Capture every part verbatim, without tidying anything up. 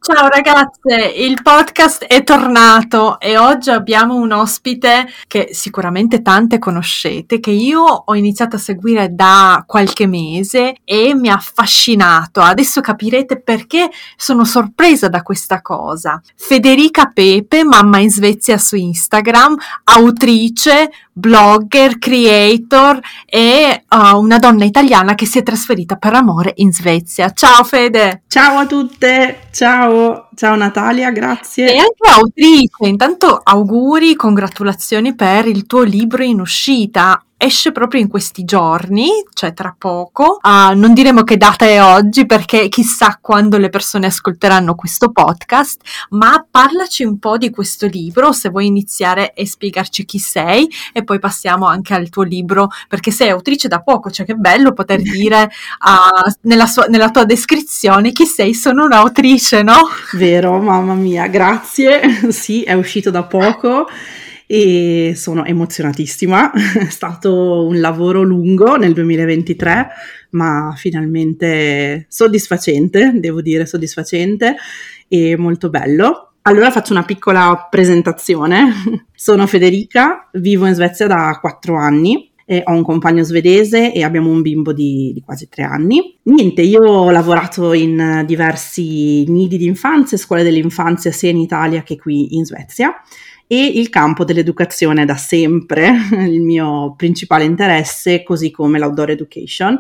Ciao ragazze, il podcast è tornato e oggi abbiamo un ospite che sicuramente tante conoscete, che io ho iniziato a seguire da qualche mese e mi ha affascinato. Adesso capirete perché sono sorpresa da questa cosa. Federica Pepe, mamma in Svezia su Instagram, autrice, blogger, creator e uh, una donna italiana che si è trasferita per amore in Svezia. Ciao Fede! Ciao a tutte, ciao, ciao Natalia, grazie. E anche autrice, intanto auguri, congratulazioni per il tuo libro in uscita. Esce proprio in questi giorni, cioè tra poco. Uh, non diremo che data è oggi perché chissà quando le persone ascolteranno questo podcast, ma parlaci un po' di questo libro, se vuoi iniziare e spiegarci chi sei e poi passiamo anche al tuo libro, perché sei autrice da poco, cioè che bello poter dire uh, nella, sua, nella tua descrizione chi sei, sono un'autrice, no? Vero, mamma mia, grazie. Sì, è uscito da poco e sono emozionatissima. È stato un lavoro lungo nel duemilaventitré, ma finalmente soddisfacente, devo dire soddisfacente e molto bello. Allora faccio una piccola presentazione. Sono Federica, vivo in Svezia da quattro anni. E ho un compagno svedese e abbiamo un bimbo di, di quasi tre anni. Niente, io ho lavorato in diversi nidi di infanzia, scuole dell'infanzia sia in Italia che qui in Svezia, e il campo dell'educazione è da sempre il mio principale interesse, così come l'outdoor education.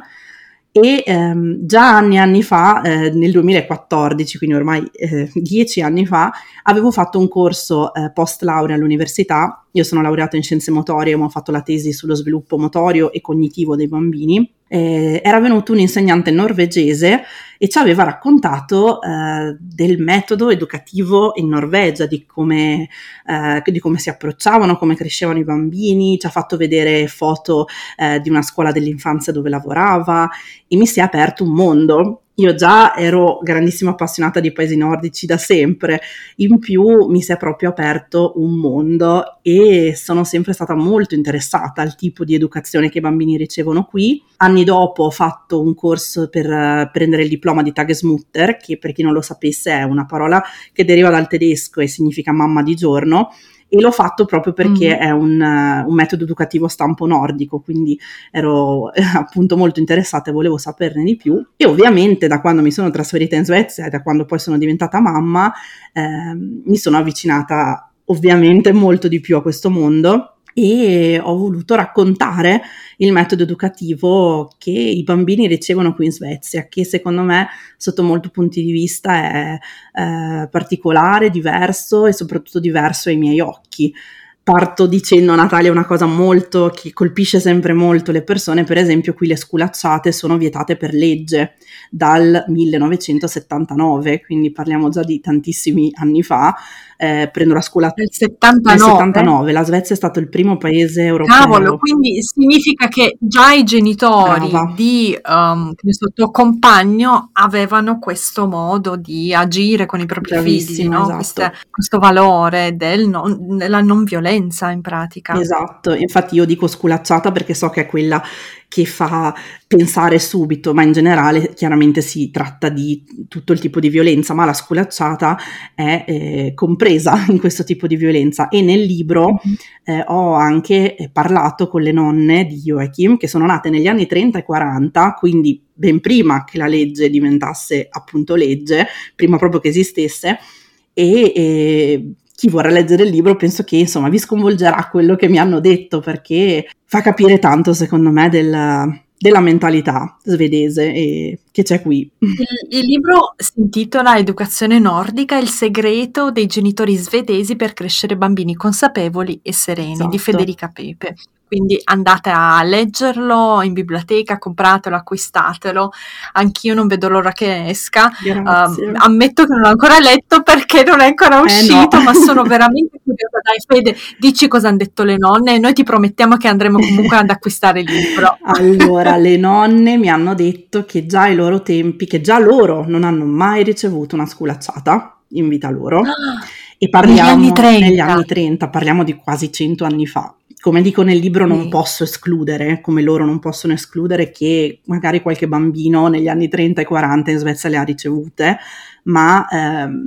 E ehm, già anni e anni fa, eh, nel duemilaquattordici, quindi ormai eh, dieci anni fa, avevo fatto un corso eh, post laurea all'università. Io sono laureata in scienze motorie, ma ho fatto la tesi sullo sviluppo motorio e cognitivo dei bambini. Eh, era venuto un insegnante norvegese e ci aveva raccontato eh, del metodo educativo in Norvegia, di come, eh, di come si approcciavano, come crescevano i bambini. Ci ha fatto vedere foto eh, di una scuola dell'infanzia dove lavorava e mi si è aperto un mondo. Io già ero grandissima appassionata di paesi nordici da sempre, in più mi si è proprio aperto un mondo e sono sempre stata molto interessata al tipo di educazione che i bambini ricevono qui. Anni dopo ho fatto un corso per uh, prendere il diploma di Tagesmutter, che per chi non lo sapesse è una parola che deriva dal tedesco e significa mamma di giorno. E l'ho fatto proprio perché mm. è un, uh, un metodo educativo stampo nordico, quindi ero eh, appunto molto interessata e volevo saperne di più. E ovviamente da quando mi sono trasferita in Svezia e da quando poi sono diventata mamma, eh, mi sono avvicinata ovviamente molto di più a questo mondo e ho voluto raccontare il metodo educativo che i bambini ricevono qui in Svezia, che secondo me sotto molti punti di vista è eh, particolare, diverso e soprattutto diverso ai miei occhi. Parto dicendo, Natalia, una cosa molto che colpisce sempre molto le persone. Per esempio qui le sculacciate sono vietate per legge dal millenovecentosettantanove, quindi parliamo già di tantissimi anni fa. Eh, prendo la scuola nel settantanove. nel settantanove, la Svezia è stato il primo paese europeo. Cavolo, quindi significa che già i genitori Brava. di um, il tuo compagno avevano questo modo di agire con i propri Bravissimo, figli, no? Esatto. Queste, questo valore del non, della non violenza in pratica. Esatto, infatti io dico sculacciata perché so che è quella che fa pensare subito, ma in generale chiaramente si tratta di tutto il tipo di violenza, ma la sculacciata è eh, compresa in questo tipo di violenza. E nel libro eh, ho anche parlato con le nonne di Joachim, che sono nate negli anni trenta e quaranta, quindi ben prima che la legge diventasse appunto legge, prima proprio che esistesse, e... e chi vorrà leggere il libro penso che insomma vi sconvolgerà quello che mi hanno detto, perché fa capire tanto secondo me del, della mentalità svedese e che c'è qui. Il, il libro si intitola Educazione nordica, il segreto dei genitori svedesi per crescere bambini consapevoli e sereni, esatto. di Federica Pepe. Quindi andate a leggerlo in biblioteca, compratelo, acquistatelo. Anch'io non vedo l'ora che esca. Uh, ammetto che non l'ho ancora letto perché non è ancora uscito, eh no. ma sono veramente curiosa. Dai Fede, dici cosa hanno detto le nonne e noi ti promettiamo che andremo comunque ad acquistare il libro. Allora, le nonne mi hanno detto che già ai loro tempi, che già loro non hanno mai ricevuto una sculacciata in vita loro. Ah, e parliamo negli anni trenta. Negli anni trenta, parliamo di quasi cento anni fa. Come dico nel libro, non sì. posso escludere, come loro non possono escludere che magari qualche bambino negli anni trenta e quaranta in Svezia le ha ricevute, ma ehm,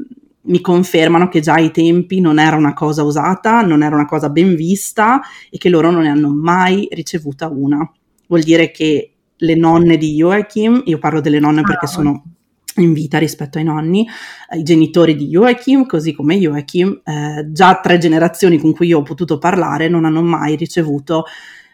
mi confermano che già ai tempi non era una cosa usata, non era una cosa ben vista e che loro non ne hanno mai ricevuta una. Vuol dire che le nonne di Joachim, io parlo delle nonne perché Ah, sono in vita rispetto ai nonni, eh, i genitori di Joachim, così come Joachim, eh, già tre generazioni con cui io ho potuto parlare non hanno mai ricevuto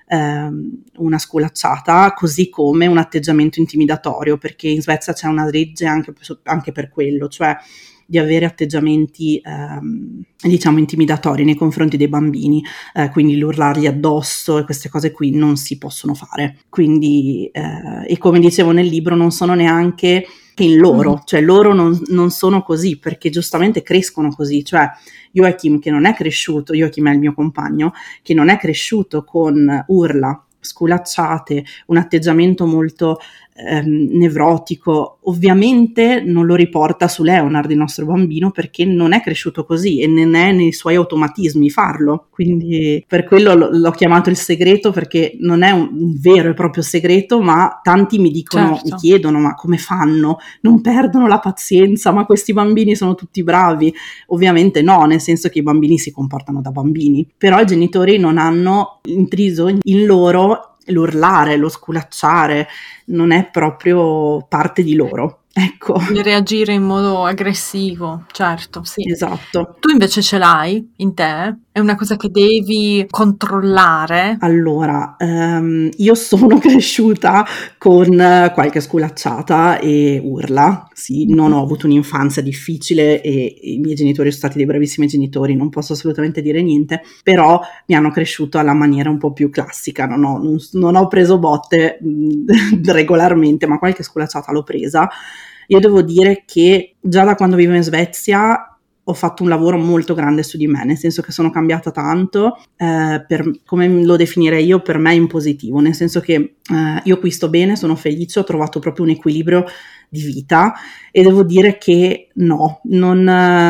ehm, una sculacciata, così come un atteggiamento intimidatorio, perché in Svezia c'è una legge anche, anche per quello, cioè di avere atteggiamenti ehm, diciamo intimidatori nei confronti dei bambini, eh, quindi l'urlargli addosso e queste cose qui non si possono fare. Quindi, eh, e come dicevo nel libro, non sono neanche in loro, mm-hmm. cioè loro non, non sono così perché giustamente crescono così, cioè Joachim che non è cresciuto, Joachim è il mio compagno, che non è cresciuto con urla, sculacciate, un atteggiamento molto ehm, nevrotico, ovviamente non lo riporta su Leonard, il nostro bambino, perché non è cresciuto così e non è nei suoi automatismi farlo, quindi per quello l- l'ho chiamato il segreto, perché non è un, un vero e proprio segreto, ma tanti mi dicono, certo. mi chiedono ma come fanno, non perdono la pazienza, ma questi bambini sono tutti bravi. Ovviamente no, nel senso che i bambini si comportano da bambini, però i genitori non hanno intriso in loro l'urlare, lo sculacciare, non è proprio parte di loro. Ecco. Reagire in modo aggressivo, certo, sì. Esatto. Tu invece ce l'hai in te? È una cosa che devi controllare? Allora, ehm, io sono cresciuta con qualche sculacciata e urla, sì, non ho avuto un'infanzia difficile e i miei genitori sono stati dei bravissimi genitori, non posso assolutamente dire niente, però mi hanno cresciuto alla maniera un po' più classica, non ho, non, non ho preso botte mh, regolarmente, ma qualche sculacciata l'ho presa. Io devo dire che già da quando vivo in Svezia ho fatto un lavoro molto grande su di me, nel senso che sono cambiata tanto, eh, per, come lo definirei io, per me in positivo, nel senso che eh, io qui sto bene, sono felice, ho trovato proprio un equilibrio di vita e devo dire che no, non,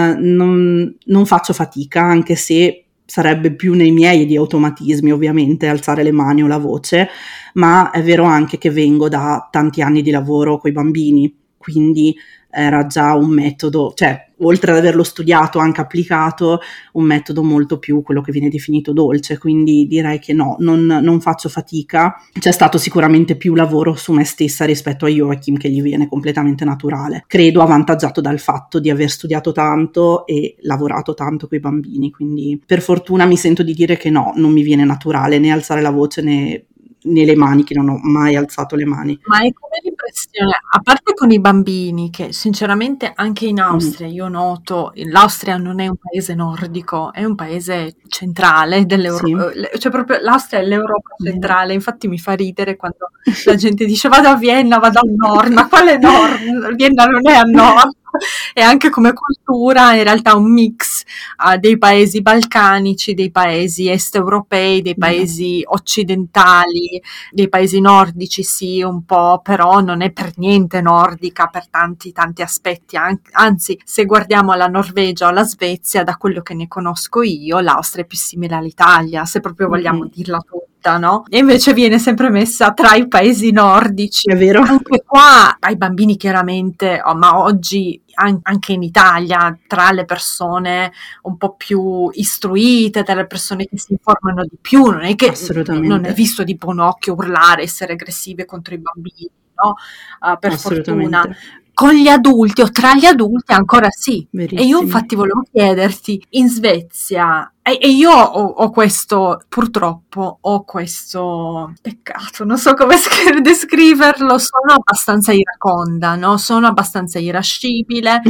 non, non faccio fatica, anche se sarebbe più nei miei di automatismi ovviamente alzare le mani o la voce, ma è vero anche che vengo da tanti anni di lavoro coi bambini, quindi era già un metodo, cioè oltre ad averlo studiato anche applicato, un metodo molto più quello che viene definito dolce, quindi direi che no, non, non faccio fatica. C'è stato sicuramente più lavoro su me stessa rispetto a Joachim, che gli viene completamente naturale, credo avvantaggiato dal fatto di aver studiato tanto e lavorato tanto con i bambini, quindi per fortuna mi sento di dire che no, non mi viene naturale né alzare la voce né nelle mani, che non ho mai alzato le mani. Ma è come l'impressione, a parte con i bambini, che sinceramente anche in Austria, mm. io noto, l'Austria non è un paese nordico, è un paese centrale dell'Europa, sì. Cioè proprio l'Austria è l'Europa centrale, infatti mi fa ridere quando la gente dice vado a Vienna, vado al nord, ma quale nord? Vienna non è a nord. E anche come cultura in realtà un mix uh, dei paesi balcanici, dei paesi est europei, dei paesi mm. occidentali, dei paesi nordici sì un po', però non è per niente nordica per tanti tanti aspetti, An- anzi se guardiamo alla Norvegia o alla Svezia, da quello che ne conosco io, l'Austria è più simile all'Italia, se proprio vogliamo mm. dirla tutta, no? E invece viene sempre messa tra i paesi nordici. È vero. Anche qua ai bambini chiaramente, oh, ma oggi anche in Italia, tra le persone un po' più istruite, tra le persone che si informano di più, non è che non è visto di buon occhio urlare, essere aggressive contro i bambini, no? Uh, per fortuna. Con gli adulti o tra gli adulti ancora sì. Verissimo. E io infatti volevo chiederti, in Svezia, e, e io ho, ho questo, purtroppo, ho questo peccato, non so come sc- descriverlo, sono abbastanza iraconda, no? Sono abbastanza irascibile,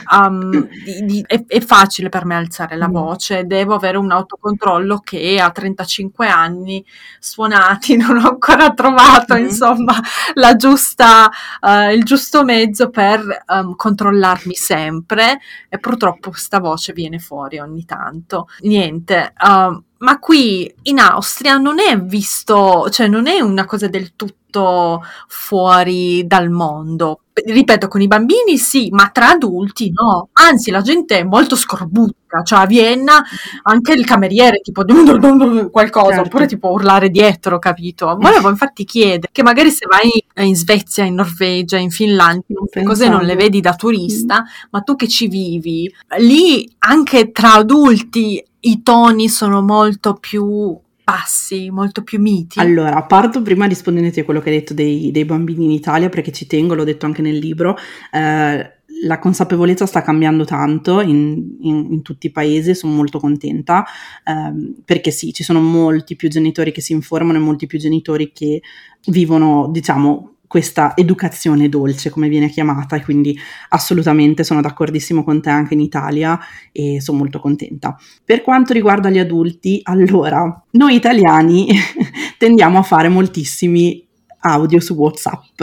um, di, di, è, è facile per me alzare la voce, devo avere un autocontrollo che a trentacinque anni suonati non ho ancora trovato, mm-hmm. insomma, la giusta, uh, il giusto mezzo per per um, controllarmi sempre, e purtroppo questa voce viene fuori ogni tanto. Niente, um, ma qui in Austria non è visto, cioè non è una cosa del tutto fuori dal mondo. Ripeto, con i bambini sì, ma tra adulti no. Anzi, la gente è molto scorbutta, cioè a Vienna anche il cameriere tipo dum dum dum dum qualcosa, Certo. oppure tipo urlare dietro, capito? Volevo infatti chiedere che magari se vai in Svezia, in Norvegia, in Finlandia, Non queste cose non le pensavo. vedi da turista, ma tu che ci vivi, lì anche tra adulti i toni sono molto più bassi, molto più miti. Allora, parto prima rispondendoti a quello che hai detto dei, dei bambini in Italia, perché ci tengo, l'ho detto anche nel libro. Eh, la consapevolezza sta cambiando tanto in, in, in tutti i paesi, sono molto contenta, ehm, perché sì, ci sono molti più genitori che si informano e molti più genitori che vivono, diciamo, questa educazione dolce, come viene chiamata, e quindi assolutamente sono d'accordissimo con te anche in Italia e sono molto contenta. Per quanto riguarda gli adulti, allora, noi italiani tendiamo a fare moltissimi audio su WhatsApp.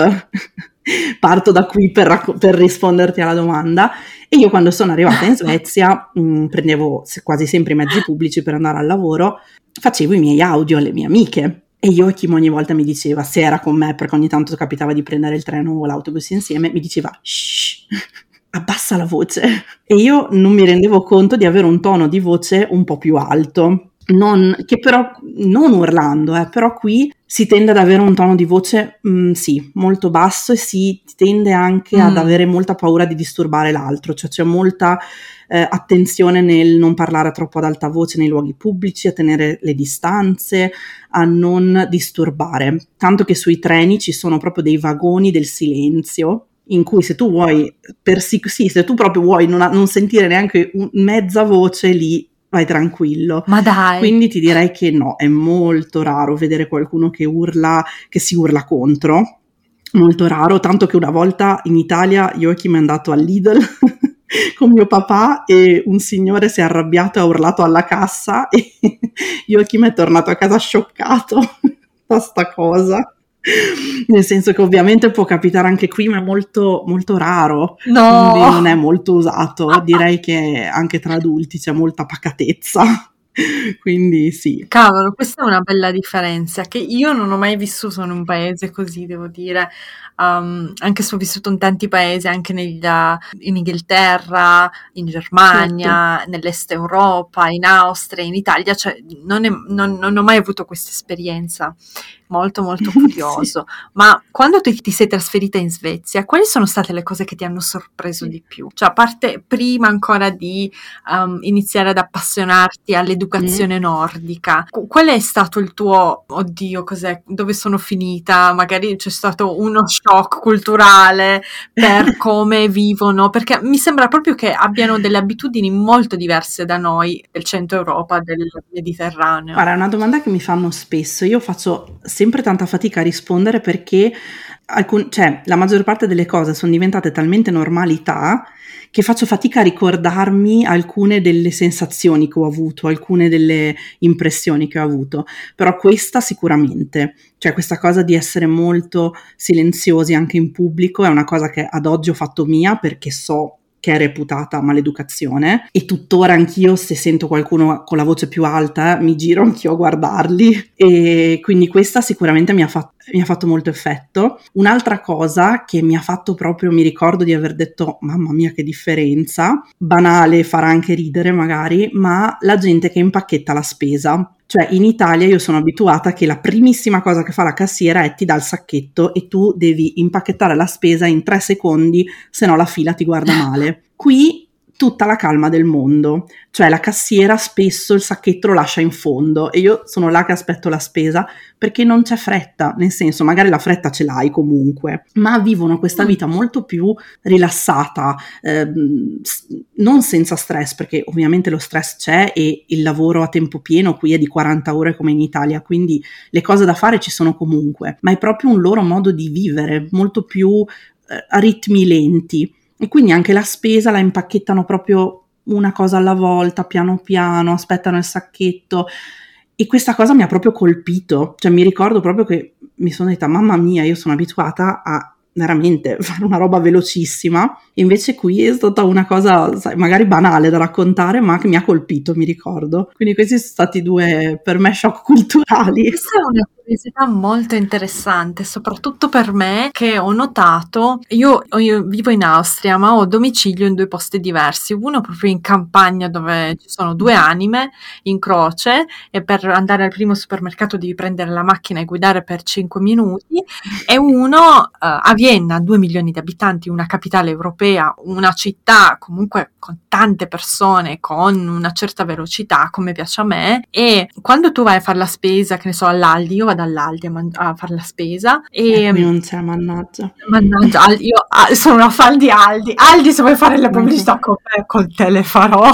Parto da qui per, racco- per risponderti alla domanda. E io quando sono arrivata in Svezia mh, prendevo quasi sempre i mezzi pubblici per andare al lavoro, facevo i miei audio alle mie amiche. E Joachim ogni volta mi diceva, se era con me, perché ogni tanto capitava di prendere il treno o l'autobus insieme, mi diceva, shh, abbassa la voce. E io non mi rendevo conto di avere un tono di voce un po' più alto. Non, che però, non urlando, eh, però qui si tende ad avere un tono di voce, mh, sì, molto basso e si tende anche ad Mm. avere molta paura di disturbare l'altro, cioè c'è molta eh, attenzione nel non parlare troppo ad alta voce nei luoghi pubblici, a tenere le distanze, a non disturbare, tanto che sui treni ci sono proprio dei vagoni del silenzio, in cui se tu vuoi, persi- sì, se tu proprio vuoi non, non sentire neanche un- mezza voce lì, vai tranquillo. Ma dai. Quindi ti direi che no, è molto raro vedere qualcuno che urla, che si urla contro, molto raro, tanto che una volta in Italia Joachim è andato al Lidl con mio papà e un signore si è arrabbiato e ha urlato alla cassa e Joachim è tornato a casa scioccato da sta cosa. Nel senso che ovviamente può capitare anche qui, ma è molto, molto raro, No. quindi non è molto usato. Direi che anche tra adulti c'è molta pacatezza, quindi sì. Cavolo, questa è una bella differenza che io non ho mai vissuto in un paese così, devo dire. Um, anche se ho vissuto in tanti paesi, anche negli, in Inghilterra, in Germania, Certo. nell'est Europa, in Austria, in Italia, cioè non, è, non, non ho mai avuto questa esperienza. Molto molto curioso. Sì. Ma quando tu ti sei trasferita in Svezia, quali sono state le cose che ti hanno sorpreso sì. di più? Cioè, a parte prima ancora di um, iniziare ad appassionarti all'educazione mm. nordica, qual è stato il tuo, oddio, cos'è, dove sono finita? Magari c'è stato uno shock culturale per come vivono, perché mi sembra proprio che abbiano delle abitudini molto diverse da noi del centro Europa, del Mediterraneo. Guarda, è una domanda che mi fanno spesso, io faccio sempre tanta fatica a rispondere perché alcun, cioè, la maggior parte delle cose sono diventate talmente normalità che faccio fatica a ricordarmi alcune delle sensazioni che ho avuto, alcune delle impressioni che ho avuto, però questa sicuramente, cioè questa cosa di essere molto silenziosi anche in pubblico è una cosa che ad oggi ho fatto mia perché so che è reputata maleducazione e tuttora anch'io se sento qualcuno con la voce più alta mi giro anch'io a guardarli e quindi questa sicuramente mi ha fatto mi ha fatto molto effetto. Un'altra cosa che mi ha fatto proprio, mi ricordo di aver detto mamma mia che differenza, banale, farà anche ridere magari, ma la gente che impacchetta la spesa. Cioè in Italia io sono abituata che la primissima cosa che fa la cassiera è ti dà il sacchetto e tu devi impacchettare la spesa in tre secondi, se no la fila ti guarda male. Qui tutta la calma del mondo, cioè la cassiera spesso il sacchetto lo lascia in fondo e io sono là che aspetto la spesa perché non c'è fretta, nel senso magari la fretta ce l'hai comunque, ma vivono questa vita molto più rilassata, ehm, non senza stress perché ovviamente lo stress c'è e il lavoro a tempo pieno qui è di quaranta ore come in Italia, quindi le cose da fare ci sono comunque, ma è proprio un loro modo di vivere molto più eh, a ritmi lenti. E quindi anche la spesa la impacchettano proprio una cosa alla volta, piano piano, aspettano il sacchetto e questa cosa mi ha proprio colpito, cioè mi ricordo proprio che mi sono detta mamma mia, io sono abituata a veramente fare una roba velocissima. Invece qui è stata una cosa, sai, magari banale da raccontare, ma che mi ha colpito, mi ricordo. Quindi questi sono stati due, per me, shock culturali. Questa è una curiosità molto interessante, soprattutto per me, che ho notato, io, io vivo in Austria, ma ho domicilio in due posti diversi, uno proprio in campagna dove ci sono due anime in croce e per andare al primo supermercato devi prendere la macchina e guidare per cinque minuti, e uno uh, a Vienna, due milioni di abitanti, una capitale europea, una città comunque con tante persone, con una certa velocità, come piace a me, e quando tu vai a fare la spesa, che ne so, all'Aldi, io vado all'Aldi a, man- a fare la spesa, e... E qui non c'è, mannaggia. Mannaggia, Aldi, io ah, sono una fan di Aldi. Aldi, se vuoi fare la pubblicità con me, con te le farò.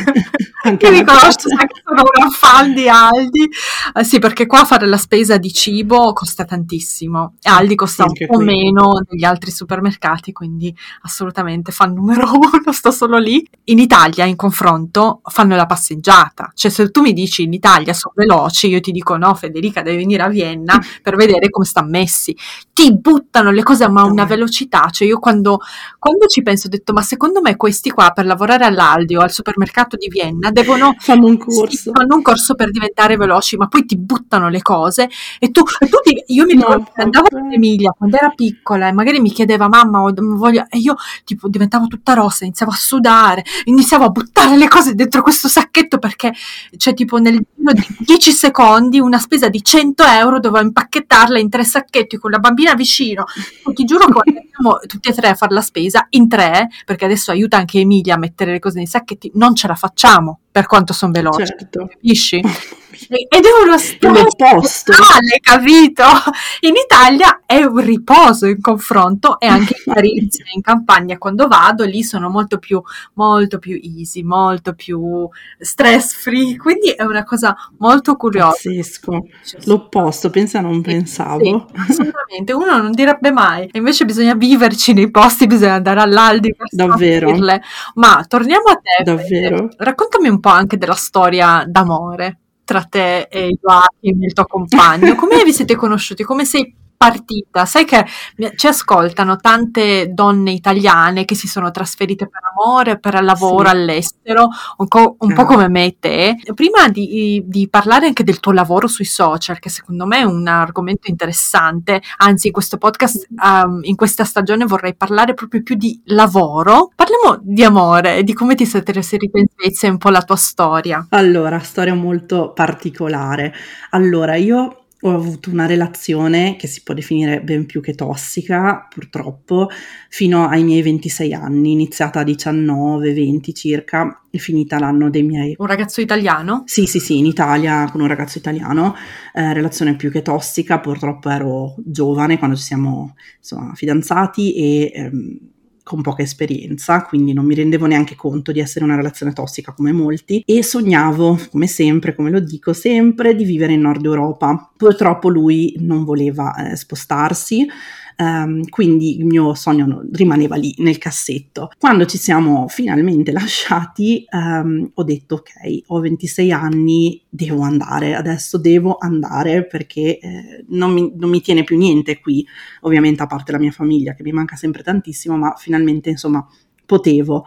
Anche Io a mi me conosco, piace. sai che sono una fan di Aldi. Eh, sì, perché qua fare la spesa di cibo costa tantissimo. E Aldi costa Sì, un anche po' qui. meno degli altri supermercati, quindi assolutamente fan numero uno, sto solo lì. In Italia, in confronto, fanno la passeggiata. Cioè, se tu mi dici in Italia sono veloci, io ti dico no, Federica, devi venire a Vienna per vedere come stanno messi. Ti buttano le cose ma a una velocità, cioè io quando, quando ci penso ho detto ma secondo me questi qua per lavorare all'Aldi o al supermercato di Vienna devono Fanno un sì, corso. fanno un corso per diventare veloci, ma poi ti buttano le cose e tu, e tu ti, io mi No, ricordo che andavo vabbè. con Emilia quando era piccola e magari mi chiedeva mamma ho- voglio, e io tipo diventavo tutta rossa, iniziavo a sudare, iniziavo a buttare le cose dentro questo sacchetto perché cioè tipo nel giro di dieci secondi una spesa di cento euro dovevo impacchettarla in tre sacchetti con la bambina vicino. Ti giuro che quando andiamo tutti e tre a fare la spesa, in tre, perché adesso aiuta anche Emilia a mettere le cose nei sacchetti, non ce la facciamo per quanto sono veloci, Certo. capisci? E- Ed è uno stress L'opposto. totale, capito? In Italia è un riposo in confronto e anche in Carizia, in campagna, quando vado lì sono molto più, molto più easy, molto più stress free, quindi è una cosa molto curiosa. Pazzesco. L'opposto, pensa, non Sì, pensavo. sì, assolutamente, uno non direbbe mai, e invece bisogna viverci nei posti, bisogna andare all'Aldi per Davvero. sentirle. Ma torniamo a te, Davvero. Fede. Raccontami un po' anche della storia d'amore tra te e Joachim, il tuo compagno. Come vi siete conosciuti? Come sei partita? Sai che mi- ci ascoltano tante donne italiane che si sono trasferite per amore, per lavoro Sì. all'estero, un, co- un po' Ah. come me e te. Prima di, di parlare anche del tuo lavoro sui social, che secondo me è un argomento interessante, anzi in questo podcast, um, in questa stagione vorrei parlare proprio più di lavoro. Parliamo di amore e di come ti sei trasferita in Svezia e un po' la tua storia. Allora, storia molto particolare. Allora, io ho avuto una relazione che si può definire ben più che tossica, purtroppo, fino ai miei ventisei anni, iniziata a diciannove venti circa e finita l'anno dei miei... Un ragazzo italiano? Sì, sì, sì, in Italia con un ragazzo italiano, eh, relazione più che tossica, purtroppo ero giovane quando ci siamo insomma, fidanzati e ehm, con poca esperienza, quindi non mi rendevo neanche conto di essere una relazione tossica come molti e sognavo, come sempre, come lo dico sempre, di vivere in Nord Europa. Purtroppo lui non voleva eh, spostarsi, Um, quindi il mio sogno no, rimaneva lì nel cassetto. Quando ci siamo finalmente lasciati um, ho detto ok, ho ventisei anni, devo andare, adesso devo andare perché eh, non, mi, non mi tiene più niente qui, ovviamente a parte la mia famiglia che mi manca sempre tantissimo, ma finalmente insomma potevo.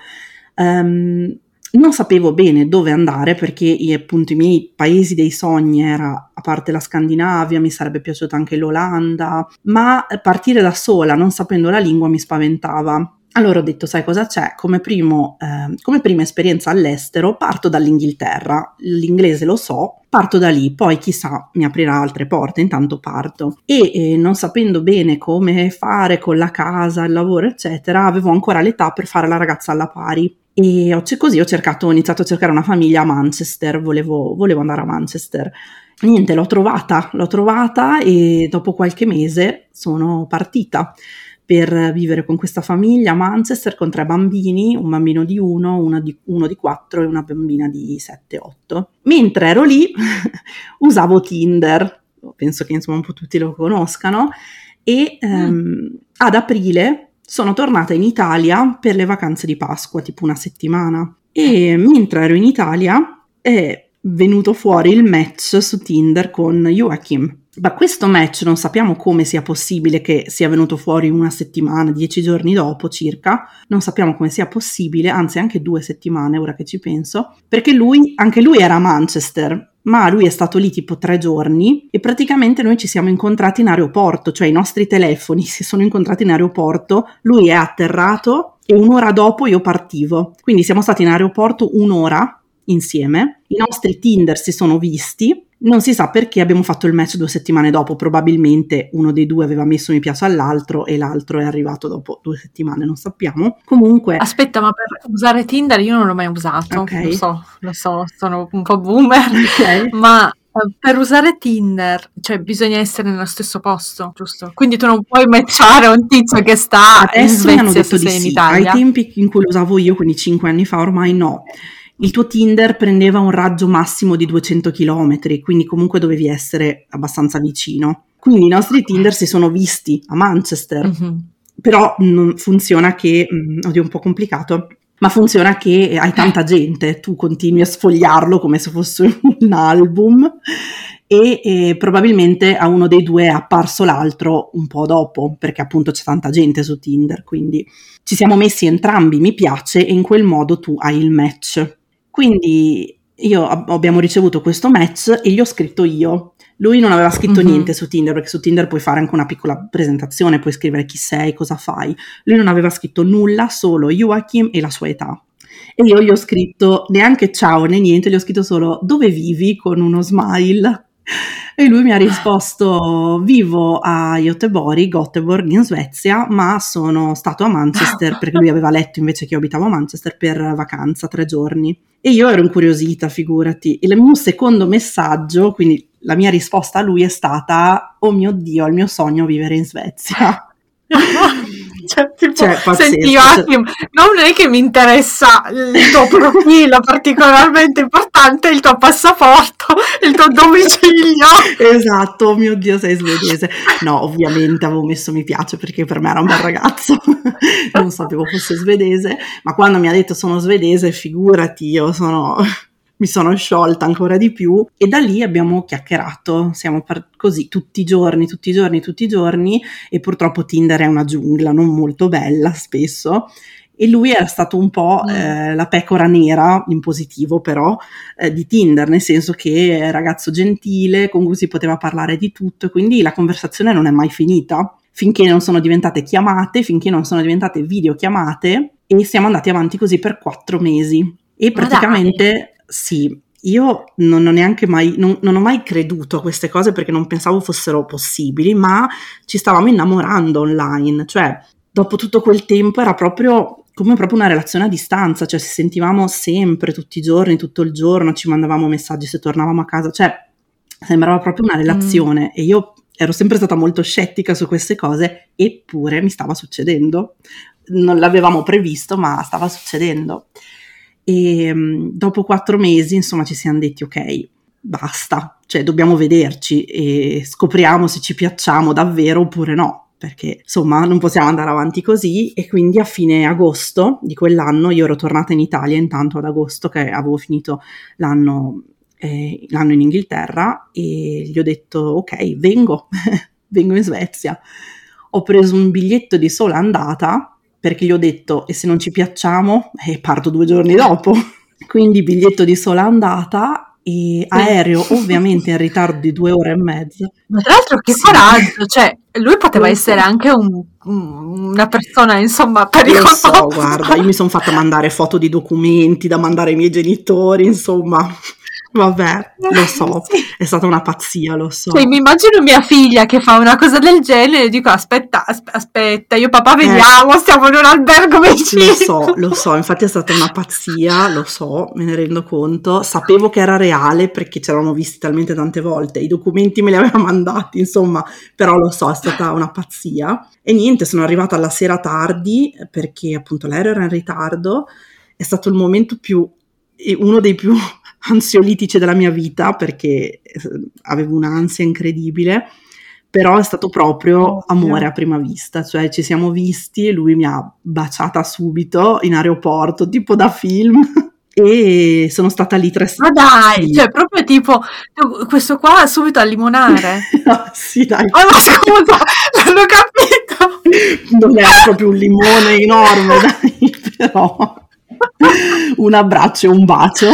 Um, non sapevo bene dove andare perché io, appunto i miei paesi dei sogni era, a parte la Scandinavia, mi sarebbe piaciuta anche l'Olanda, ma partire da sola non sapendo la lingua mi spaventava. Allora ho detto, sai cosa c'è? Come, primo, eh, come prima esperienza all'estero parto dall'Inghilterra, l'inglese lo so, parto da lì, poi chissà mi aprirà altre porte, intanto parto. E eh, non sapendo bene come fare con la casa, il lavoro eccetera, avevo ancora l'età per fare la ragazza alla pari. E ho, così ho cercato, ho iniziato a cercare una famiglia a Manchester, volevo, volevo andare a Manchester. Niente, l'ho trovata, l'ho trovata e dopo qualche mese sono partita per vivere con questa famiglia a Manchester con tre bambini, un bambino di uno, uno di, uno di quattro e una bambina di sette otto. Mentre ero lì usavo Tinder, penso che insomma un po' tutti lo conoscano, e ehm, mm. ad aprile sono tornata in Italia per le vacanze di Pasqua, tipo una settimana, e mentre ero in Italia è venuto fuori il match su Tinder con Joachim. Ma questo match non sappiamo come sia possibile che sia venuto fuori una settimana, dieci giorni dopo circa, non sappiamo come sia possibile, anzi anche due settimane ora che ci penso, perché lui, anche lui era a Manchester, ma lui è stato lì tipo tre giorni e praticamente noi ci siamo incontrati in aeroporto, cioè i nostri telefoni si sono incontrati in aeroporto, lui è atterrato e un'ora dopo io partivo, quindi siamo stati in aeroporto un'ora insieme, i nostri Tinder si sono visti. Non si sa perché abbiamo fatto il match due settimane dopo, probabilmente uno dei due aveva messo mi piace all'altro e l'altro è arrivato dopo due settimane, non sappiamo. Comunque... Aspetta, ma per usare Tinder io non l'ho mai usato, okay. lo so, lo so, sono un po' boomer, okay. ma per usare Tinder, cioè bisogna essere nello stesso posto, giusto? Quindi tu non puoi matchare un tizio che sta Adesso in Svezia mi hanno detto se di sei sì. in Italia. Ai tempi in cui lo usavo io, quindi cinque anni fa, ormai no. Il tuo Tinder prendeva un raggio massimo di duecento chilometri, quindi comunque dovevi essere abbastanza vicino. Quindi i nostri Tinder si sono visti a Manchester, mm-hmm. però non funziona che, mh, oddio, è un po' complicato, ma funziona che hai tanta gente, tu continui a sfogliarlo come se fosse un album e, e probabilmente a uno dei due è apparso l'altro un po' dopo, perché appunto c'è tanta gente su Tinder, quindi ci siamo messi entrambi mi piace e in quel modo tu hai il match. Quindi io abbiamo ricevuto questo match e gli ho scritto io. Lui non aveva scritto mm-hmm. niente su Tinder, perché su Tinder puoi fare anche una piccola presentazione, puoi scrivere chi sei, cosa fai. Lui non aveva scritto nulla, solo Joachim e la sua età. E io gli ho scritto neanche ciao né niente, gli ho scritto solo dove vivi con uno smile. E lui mi ha risposto vivo a Göteborg, Göteborg in Svezia, ma sono stato a Manchester perché lui aveva letto invece che io abitavo a Manchester per vacanza, tre giorni. E io ero incuriosita, figurati. Il mio secondo messaggio, quindi la mia risposta a lui è stata oh mio Dio, è il mio sogno vivere in Svezia. Cioè, tipo, cioè, senti Joachim, non è che mi interessa il tuo profilo particolarmente importante, il tuo passaporto, il tuo domicilio. Esatto, oh mio Dio, sei svedese. No, ovviamente avevo messo mi piace perché per me era un bel ragazzo, non sapevo fosse svedese, ma quando mi ha detto sono svedese, figurati, io sono... mi sono sciolta ancora di più e da lì abbiamo chiacchierato, siamo par- così tutti i giorni, tutti i giorni, tutti i giorni e purtroppo Tinder è una giungla non molto bella spesso e lui era stato un po' mm. eh, la pecora nera, in positivo però, eh, di Tinder, nel senso che è ragazzo gentile con cui si poteva parlare di tutto e quindi la conversazione non è mai finita finché non sono diventate chiamate, finché non sono diventate videochiamate e siamo andati avanti così per quattro mesi e praticamente... Sì, io non ho neanche mai, non, non ho mai creduto a queste cose perché non pensavo fossero possibili, ma ci stavamo innamorando online, cioè dopo tutto quel tempo era proprio come proprio una relazione a distanza, cioè ci sentivamo sempre, tutti i giorni, tutto il giorno, ci mandavamo messaggi se tornavamo a casa, cioè sembrava proprio una relazione mm. e io ero sempre stata molto scettica su queste cose, eppure mi stava succedendo, non l'avevamo previsto ma stava succedendo. E um, dopo quattro mesi insomma ci siamo detti ok basta, cioè dobbiamo vederci e scopriamo se ci piacciamo davvero oppure no, perché insomma non possiamo andare avanti così e quindi a fine agosto di quell'anno io ero tornata in Italia intanto ad agosto che avevo finito l'anno, eh, l'anno in Inghilterra e gli ho detto ok vengo, vengo in Svezia, ho preso un biglietto di sola andata perché gli ho detto e se non ci piacciamo eh, parto due giorni dopo, quindi biglietto di sola andata e sì. Aereo ovviamente in ritardo di due ore e mezza. Ma tra l'altro che sì. coraggio, cioè lui poteva essere anche un, una persona insomma pericolosa. Lo so, guarda, io mi sono fatta mandare foto di documenti da mandare ai miei genitori, insomma... Vabbè, lo so, sì. È stata una pazzia, lo so. Cioè, mi immagino mia figlia che fa una cosa del genere e dico aspetta, asp- aspetta, io papà vediamo, eh, stiamo in un albergo vicino. Lo so, lo so, infatti è stata una pazzia, lo so, me ne rendo conto. Sapevo che era reale perché ci eravamo visti talmente tante volte, i documenti me li aveva mandati, insomma, però lo so, è stata una pazzia. E niente, sono arrivata alla sera tardi perché appunto l'aereo era in ritardo, è stato il momento più, uno dei più... ansiolitici della mia vita perché avevo un'ansia incredibile, però è stato proprio amore a prima vista, cioè ci siamo visti e lui mi ha baciata subito in aeroporto, tipo da film, e sono stata lì tre Ma dai, cioè proprio tipo questo qua subito a limonare. No, sì, dai. Oh, ma scusa, non ho capito. Non è proprio un limone enorme, dai, però un abbraccio e un bacio.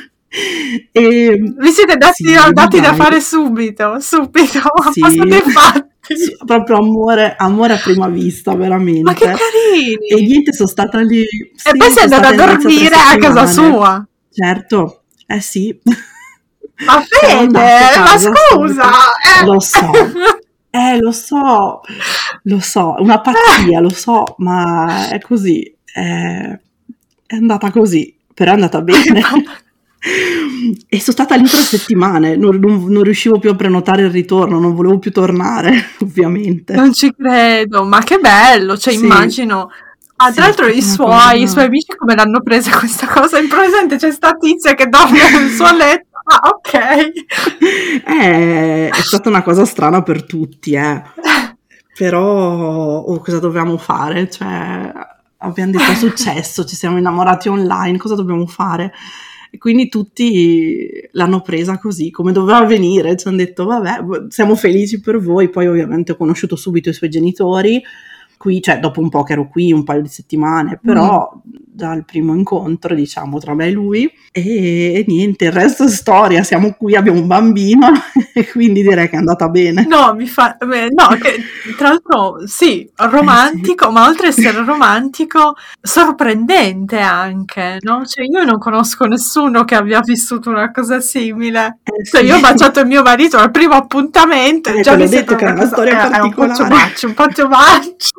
E vi siete dati, sì, dati da dai. fare subito, subito, Sì. ma state fatti. Sì, proprio amore, amore a prima vista, veramente. Ma che carini! E niente, sono stata lì. E sì, poi sei sono andata a stata in Svezia dormire tre a casa settimane. sua. Certo, eh sì. Ma Ero andata a Fede, ma casa scusa! subito. Eh. Lo so, eh, lo so, lo so, una pazzia, lo so, ma è così, è, è andata così, però è andata bene. E sono stata lì tre settimane, non, non, non riuscivo più a prenotare il ritorno, non volevo più tornare, ovviamente. Non ci credo, ma che bello, cioè Sì. immagino. Ah, Sì, tra l'altro è i una suoi, cosa- i suoi amici come l'hanno presa questa cosa? In presente c'è sta tizia che dorme nel suo letto. Ah, ok. Eh, è stata una cosa strana per tutti, eh. Però oh, cosa dovevamo fare? Cioè, abbiamo detto è successo, ci siamo innamorati online, cosa dobbiamo fare? E quindi tutti l'hanno presa così, come doveva avvenire, ci hanno detto vabbè, siamo felici per voi. Poi ovviamente ho conosciuto subito i suoi genitori, qui, cioè dopo un po' che ero qui, un paio di settimane, però mm. dal primo incontro, diciamo, tra me e lui, e, e niente, il resto è storia, siamo qui, abbiamo un bambino, e quindi direi che è andata bene. No, mi fa, no, che tra l'altro sì, romantico, eh sì. Ma oltre ad essere romantico, sorprendente anche, no? Cioè io non conosco nessuno che abbia vissuto una cosa simile. Eh cioè sì. io ho baciato il mio marito al primo appuntamento, eh, già mi ho detto che era una storia è, particolare. È un po' bacio, un po' bacio.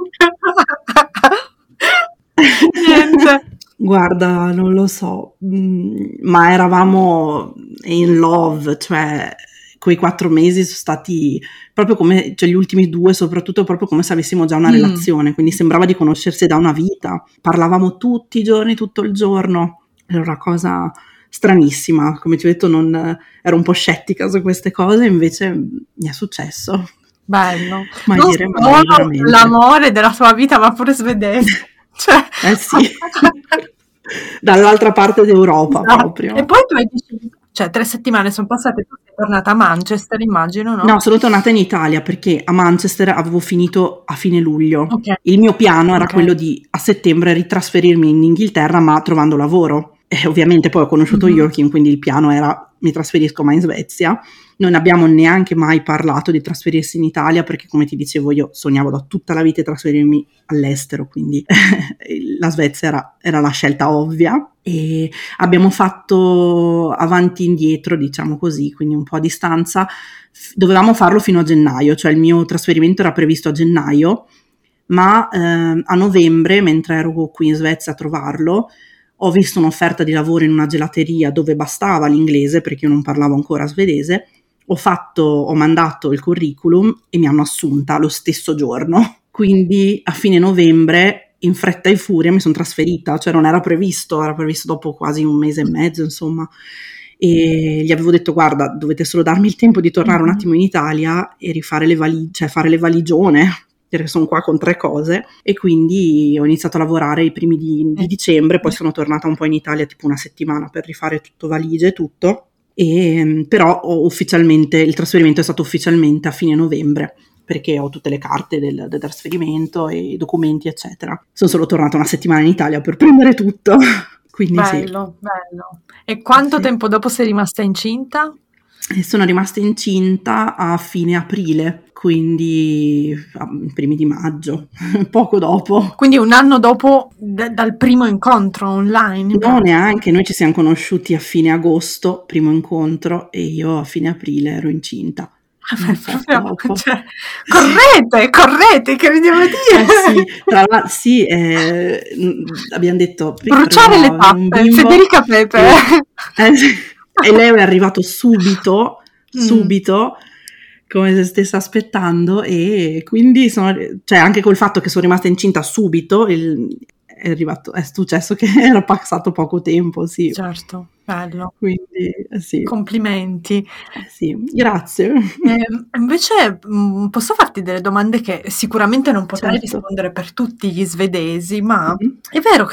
Niente. Guarda, non lo so, ma eravamo in love, cioè quei quattro mesi sono stati proprio come, cioè gli ultimi due soprattutto proprio come se avessimo già una mm. relazione, quindi sembrava di conoscersi da una vita, parlavamo tutti i giorni, tutto il giorno, era una cosa stranissima, come ti ho detto non, ero un po' scettica su queste cose, invece mi è successo. Bello. Ma non dire solo mai, veramente. L'amore della tua vita, ma pure svedese. Cioè... Eh sì, dall'altra parte d'Europa esatto. proprio. E poi tu hai deciso, cioè tre settimane sono passate, tu sei tornata a Manchester, immagino, no? No, sono tornata in Italia perché a Manchester avevo finito a fine luglio. Okay. Il mio piano era okay. quello di a settembre ritrasferirmi in Inghilterra, ma trovando lavoro. E ovviamente poi ho conosciuto mm-hmm. Joachim, quindi il piano era mi trasferisco ma in Svezia. Non abbiamo neanche mai parlato di trasferirsi in Italia perché, come ti dicevo, io sognavo da tutta la vita di trasferirmi all'estero, quindi la Svezia era, era la scelta ovvia. E abbiamo fatto avanti e indietro, diciamo così, quindi un po' a distanza. Dovevamo farlo fino a gennaio, cioè il mio trasferimento era previsto a gennaio, ma eh, a novembre, mentre ero qui in Svezia a trovarlo, ho visto un'offerta di lavoro in una gelateria dove bastava l'inglese perché io non parlavo ancora svedese. Ho fatto, ho mandato il curriculum e mi hanno assunta lo stesso giorno. Quindi a fine novembre, in fretta e furia, mi sono trasferita, cioè non era previsto, era previsto dopo quasi un mese e mezzo, insomma. E gli avevo detto, guarda, dovete solo darmi il tempo di tornare mm-hmm. un attimo in Italia e rifare le valigie, cioè fare le valigione, perché sono qua con tre cose. E quindi ho iniziato a lavorare i primi di, di dicembre, poi sono tornata un po' in Italia, tipo una settimana per rifare tutto valigie e tutto. E, però ho ufficialmente il trasferimento è stato ufficialmente a fine novembre perché ho tutte le carte del, del trasferimento e i documenti eccetera. Sono solo tornata una settimana in Italia per prendere tutto. Quindi bello, sì. bello. E quanto sì. tempo dopo sei rimasta incinta? E sono rimasta incinta a fine aprile, quindi a primi di maggio, poco dopo. Quindi un anno dopo d- dal primo incontro online? No, neanche, noi ci siamo conosciuti a fine agosto, primo incontro, e io a fine aprile ero incinta. Proprio, cioè, correte, correte, che vi devo dire? Eh sì, tra l'altro, sì, eh, abbiamo detto... Bruciare le tappe, Federica Pepe. E, eh, e lei è arrivato subito, subito, mm. come se stesse aspettando, e quindi sono, cioè anche col fatto che sono rimasta incinta subito, il, è arrivato, è successo che era passato poco tempo, sì. Certo, bello. Quindi, sì. Complimenti. Eh sì, grazie. Eh, invece mh, posso farti delle domande che sicuramente non potrai certo. rispondere per tutti gli svedesi, ma mm-hmm. è vero che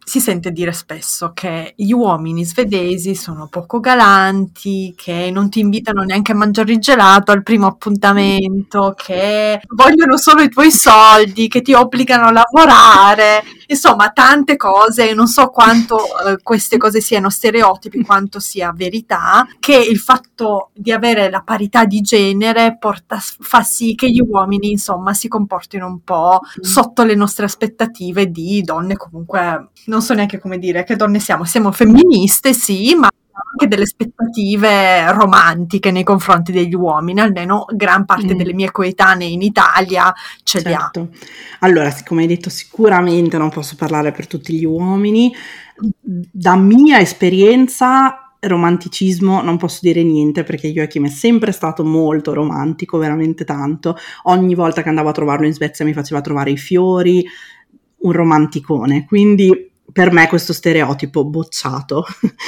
si sente dire spesso che gli uomini svedesi sono poco galanti, che non ti invitano neanche a mangiare il gelato al primo appuntamento, che vogliono solo i tuoi soldi, che ti obbligano a lavorare, insomma tante cose. Non so quanto eh, queste cose siano stereotipi, quanto sia verità, che il fatto di avere la parità di genere porta, fa sì che gli uomini insomma si comportino un po' sotto le nostre aspettative di donne comunque, non so neanche come dire che donne siamo, siamo femministe sì, ma anche delle aspettative romantiche nei confronti degli uomini, almeno gran parte Mm. delle mie coetanee in Italia ce li ha. Certo. Allora, come hai detto, sicuramente non posso parlare per tutti gli uomini. Da mia esperienza, romanticismo non posso dire niente, perché Joachim è sempre stato molto romantico, veramente tanto. Ogni volta che andavo a trovarlo in Svezia mi faceva trovare i fiori, un romanticone, quindi per me questo stereotipo bocciato.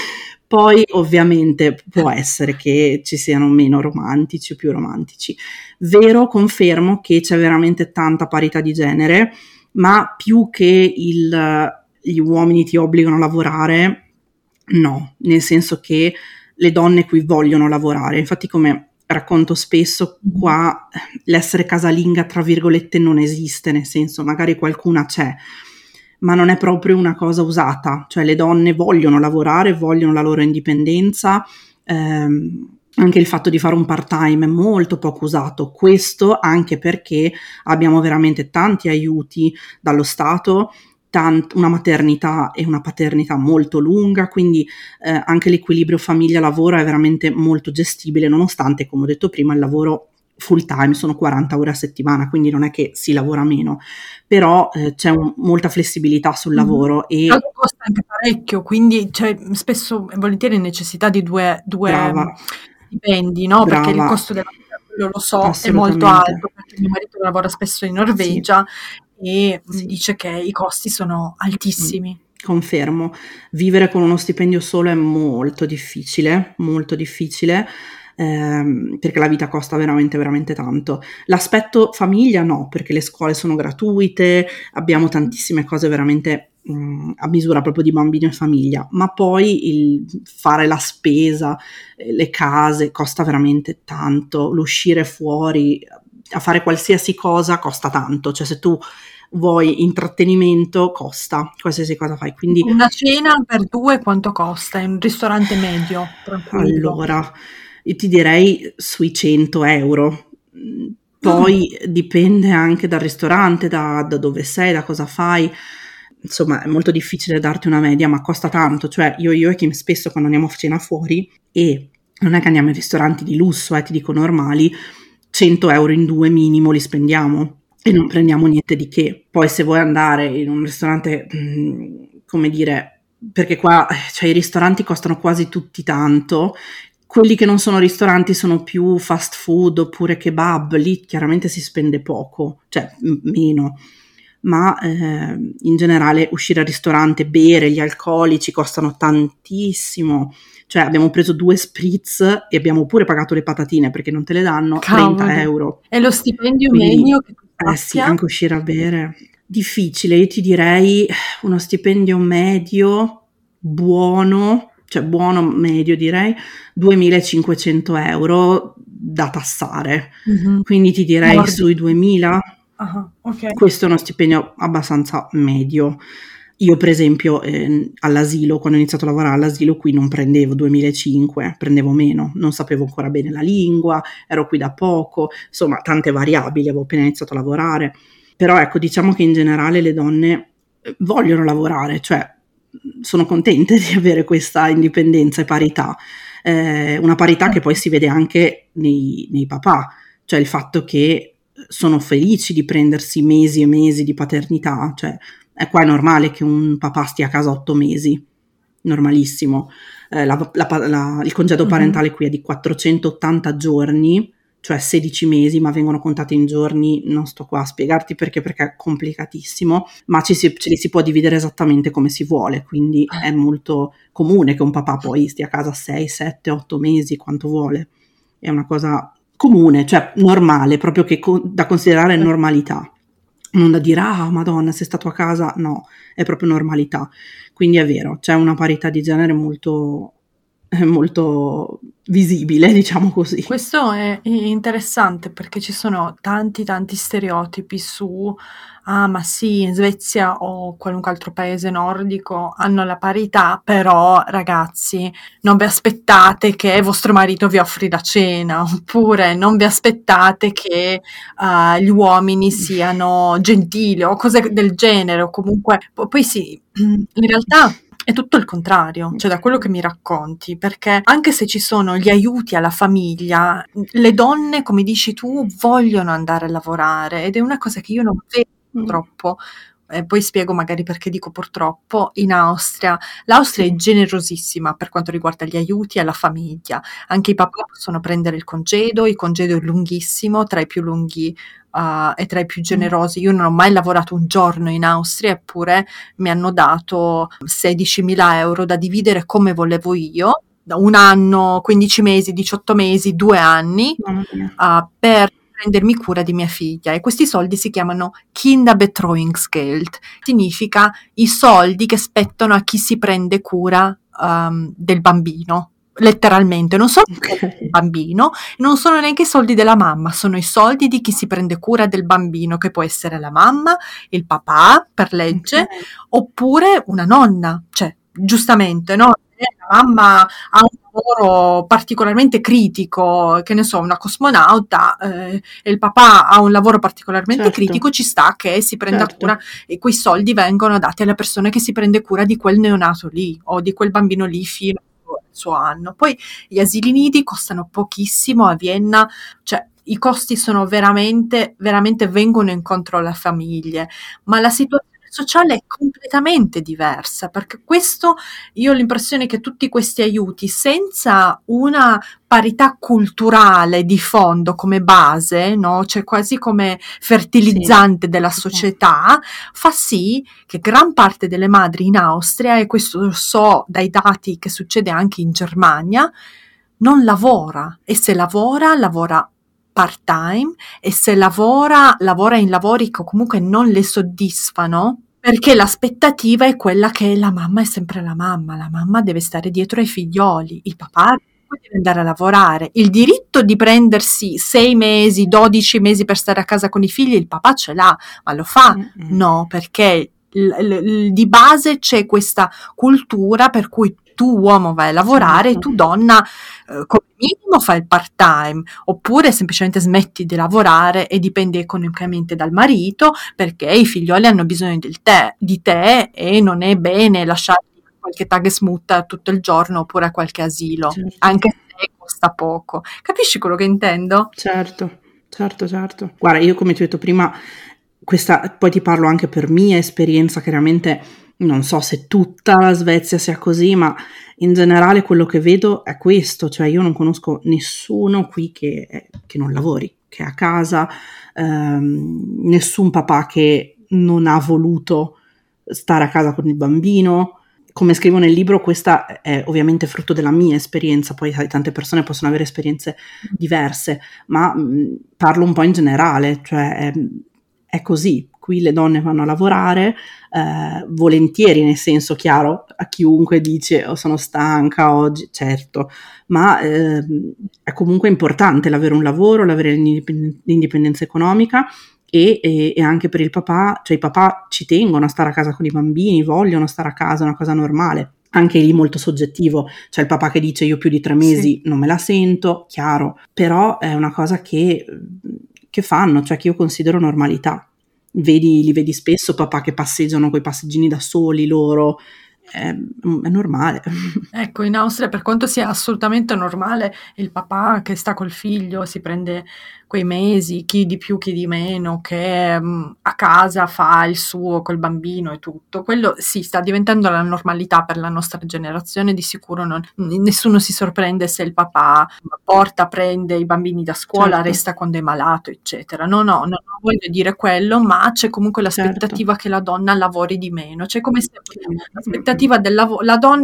Poi ovviamente può essere che ci siano meno romantici o più romantici. Vero, confermo che c'è veramente tanta parità di genere, ma più che il, gli uomini ti obbligano a lavorare, no, nel senso che le donne qui vogliono lavorare. Infatti, come racconto spesso, qua l'essere casalinga, tra virgolette, non esiste, nel senso magari qualcuna c'è, ma non è proprio una cosa usata, cioè le donne vogliono lavorare, vogliono la loro indipendenza, ehm, anche il fatto di fare un part-time è molto poco usato, questo anche perché abbiamo veramente tanti aiuti dallo Stato, tant- una maternità e una paternità molto lunga, quindi eh, anche l'equilibrio famiglia-lavoro è veramente molto gestibile, nonostante, come ho detto prima, il lavoro full time sono quaranta ore a settimana, quindi non è che si lavora meno, però eh, c'è un- molta flessibilità sul lavoro e Però costa anche parecchio, quindi cioè, spesso e volentieri necessità di due, due brava, stipendi, no? Perché il brava, costo della vita, quello lo so, è molto assolutamente. alto, perché mio marito lavora spesso in Sì, Norvegia e mi sì. dice che i costi sono Mm, altissimi. confermo, vivere con uno stipendio solo è molto difficile, molto difficile, ehm, perché la vita costa veramente, veramente tanto. L'aspetto famiglia no, perché le scuole sono gratuite, abbiamo tantissime cose veramente mm, a misura proprio di bambino e famiglia, ma poi il fare la spesa, eh, le case, costa veramente tanto, l'uscire fuori, a fare qualsiasi cosa costa tanto, cioè se tu vuoi intrattenimento costa, qualsiasi cosa fai, quindi Una cena per due quanto costa? In un ristorante medio, tranquillo. allora io ti direi sui cento euro. Mm, Mm. poi dipende anche dal ristorante, da, da dove sei, da cosa fai, insomma è molto difficile darti una media, ma costa tanto, cioè io e Joachim spesso quando andiamo a cena fuori, e non è che andiamo in ristoranti di lusso, eh, ti dico normali, cento euro in due minimo li spendiamo e non prendiamo niente di che. Poi se vuoi andare in un ristorante, mh, come dire, perché qua eh, cioè, i ristoranti costano quasi tutti tanto, quelli che non sono ristoranti sono più fast food oppure kebab, lì chiaramente si spende poco, cioè m- meno, ma eh, in generale uscire al ristorante, bere, gli alcolici costano tantissimo, cioè abbiamo preso due spritz e abbiamo pure pagato le patatine perché non te le danno, trenta Cavoli. euro. E lo stipendio Quindi, medio che tu eh sì, sappia? anche uscire a bere. Difficile, io ti direi uno stipendio medio, buono, cioè buono medio direi, duemilacinquecento euro da tassare. Mhm. Quindi ti direi Mordi. sui duemila, Ah, ok. questo è uno stipendio abbastanza medio. Io per esempio eh, all'asilo, quando ho iniziato a lavorare all'asilo qui non prendevo duemilacinquecento, prendevo meno, non sapevo ancora bene la lingua, ero qui da poco, insomma tante variabili, avevo appena iniziato a lavorare, però ecco diciamo che in generale le donne eh, vogliono lavorare, cioè sono contente di avere questa indipendenza e parità, eh, una parità che poi si vede anche nei, nei papà, cioè il fatto che sono felici di prendersi mesi e mesi di paternità, cioè e qua è normale che un papà stia a casa otto mesi, normalissimo. Eh, la- la- la- il congedo Mhm. parentale qui è di quattrocentottanta giorni, cioè sedici mesi, ma vengono contati in giorni, non sto qua a spiegarti perché, perché è complicatissimo, ma ci si- ce li si può dividere esattamente come si vuole, quindi è molto comune che un papà poi stia a casa sei, sette, otto mesi, quanto vuole. È una cosa comune, cioè normale, proprio che co- da considerare normalità. non da dire, ah, Madonna, sei stato a casa, no, è proprio normalità. Quindi è vero, c'è una parità di genere molto, eh, molto visibile, diciamo così. Questo è interessante perché ci sono tanti tanti stereotipi su, ah ma sì, in Svezia o qualunque altro paese nordico hanno la parità, però ragazzi non vi aspettate che vostro marito vi offri la cena, oppure non vi aspettate che uh, gli uomini siano gentili o cose del genere, o comunque poi sì, in realtà è tutto il contrario, cioè da quello che mi racconti, perché anche se ci sono gli aiuti alla famiglia, le donne, come dici tu, vogliono andare a lavorare ed è una cosa che io non vedo purtroppo. E poi spiego magari perché dico purtroppo, in Austria. L'Austria è generosissima per quanto riguarda gli aiuti alla famiglia. Anche i papà possono prendere il congedo, il congedo è lunghissimo, tra i più lunghi uh, e tra i più generosi. Io non ho mai lavorato un giorno in Austria, eppure mi hanno dato sedicimila euro da dividere come volevo io, da un anno, quindici mesi, diciotto mesi, due anni, uh, per prendermi cura di mia figlia, e questi soldi si chiamano Kinderbetreuungsgeld, significa i soldi che spettano a chi si prende cura um, del bambino, letteralmente, non sono okay. il bambino, non sono neanche i soldi della mamma, sono i soldi di chi si prende cura del bambino, che può essere la mamma, il papà per legge, okay. oppure una nonna, cioè giustamente, no? La mamma ha un lavoro particolarmente critico, che ne so, una cosmonauta, eh, e il papà ha un lavoro particolarmente certo. critico, ci sta che si prenda certo. cura, e quei soldi vengono dati alla persona che si prende cura di quel neonato lì o di quel bambino lì fino al suo anno. Poi gli asili nidi costano pochissimo a Vienna, cioè i costi sono veramente, veramente vengono incontro alle famiglie, ma la situazione sociale è completamente diversa, perché questo, io ho l'impressione che tutti questi aiuti, senza una parità culturale di fondo come base, no? Cioè quasi come fertilizzante sì. della società, fa sì che gran parte delle madri in Austria, e questo lo so dai dati che succede anche in Germania, non lavora, e se lavora, lavora part time, e se lavora, lavora in lavori che comunque non le soddisfano, perché l'aspettativa è quella che la mamma è sempre la mamma, la mamma deve stare dietro ai figlioli, il papà deve andare a lavorare. Il diritto di prendersi sei mesi, dodici mesi per stare a casa con i figli, il papà ce l'ha, ma lo fa? Mm-hmm. No, perché l- l- di base c'è questa cultura per cui tu uomo vai a lavorare, certo. tu donna eh, come minimo fai il part time, oppure semplicemente smetti di lavorare e dipendi economicamente dal marito, perché i figlioli hanno bisogno del te, di te, e non è bene lasciarli qualche tagesmutter tutto il giorno oppure a qualche asilo, certo. anche se costa poco. Capisci quello che intendo? Certo, certo, certo. Guarda, io come ti ho detto prima, questa, poi ti parlo anche per mia esperienza, chiaramente non so se tutta la Svezia sia così, ma in generale quello che vedo è questo, cioè io non conosco nessuno qui che, che non lavori, che è a casa, ehm, nessun papà che non ha voluto stare a casa con il bambino. Come scrivo nel libro, questa è ovviamente frutto della mia esperienza, poi sai, tante persone possono avere esperienze diverse, ma mh, parlo un po' in generale, cioè è, è così. Qui le donne vanno a lavorare, eh, volentieri, nel senso, chiaro, a chiunque dice oh, sono stanca oggi, certo, ma eh, è comunque importante l'avere un lavoro, l'avere l'indipendenza economica, e, e, e anche per il papà, cioè i papà ci tengono a stare a casa con i bambini, vogliono stare a casa, è una cosa normale. Anche lì molto soggettivo, c'è il papà che dice io più di tre mesi sì. non me la sento, chiaro, però è una cosa che, che fanno, cioè che io considero normalità. Vedi, li vedi spesso papà che passeggiano coi passeggini da soli loro, è, è normale. Ecco, in Austria, per quanto sia assolutamente normale, il papà che sta col figlio si prende quei mesi, chi di più, chi di meno, che mh, a casa fa il suo col bambino e tutto, quello sì, sta diventando la normalità per la nostra generazione, di sicuro non, nessuno si sorprende se il papà porta, prende i bambini da scuola, certo. resta quando è malato, eccetera. No, no, no, non voglio dire quello, ma c'è comunque l'aspettativa certo. che la donna lavori di meno, cioè come se l'aspettativa del lavoro, la donna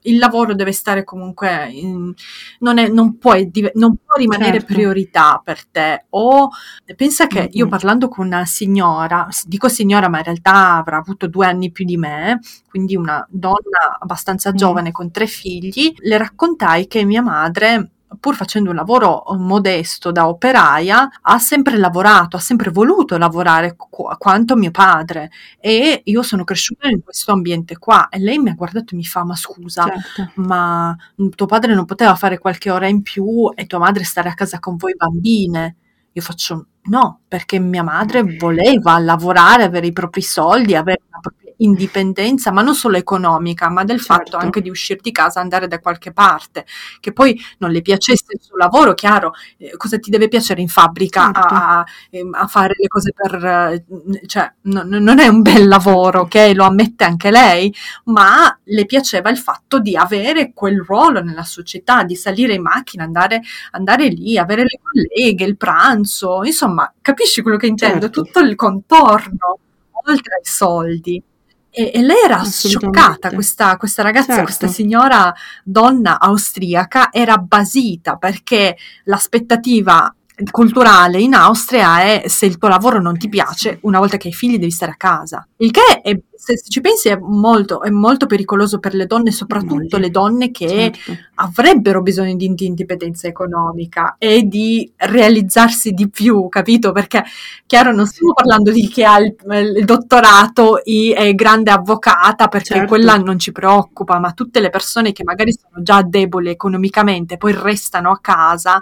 il lavoro deve stare comunque, in, non, è, non, puoi, non può rimanere certo. priorità per te. O pensa che mm-hmm. io parlando con una signora, dico signora ma in realtà avrà avuto due anni più di me, quindi una donna abbastanza mm. giovane con tre figli, le raccontai che mia madre, pur facendo un lavoro modesto da operaia, ha sempre lavorato, ha sempre voluto lavorare qu- quanto mio padre, e io sono cresciuta in questo ambiente qua. E lei mi ha guardato e mi fa: ma scusa, certo. ma tuo padre non poteva fare qualche ora in più e tua madre stare a casa con voi bambine? Io faccio no, perché mia madre voleva lavorare, avere i propri soldi, avere una propria indipendenza, ma non solo economica, ma del certo. fatto anche di uscire di casa, andare da qualche parte. Che poi non le piacesse il suo lavoro, chiaro, eh, cosa ti deve piacere in fabbrica certo. a, a fare le cose per, cioè no, non è un bel lavoro, ok, lo ammette anche lei, ma le piaceva il fatto di avere quel ruolo nella società, di salire in macchina, andare, andare lì, avere le colleghe, il pranzo, insomma, capisci quello che intendo? Certo. Tutto il contorno, oltre ai soldi. E, e lei era scioccata, questa, questa ragazza, certo. questa signora donna austriaca era basita, perché l'aspettativa culturale in Austria è: se il tuo lavoro non ti piace, una volta che hai figli devi stare a casa. Il che, è, se ci pensi, è molto, è molto pericoloso per le donne, soprattutto le donne che certo. avrebbero bisogno di indipendenza economica e di realizzarsi di più, capito? Perché, chiaro, non stiamo parlando di chi ha il, il dottorato e è grande avvocata, perché certo. quella non ci preoccupa, ma tutte le persone che magari sono già deboli economicamente, poi restano a casa,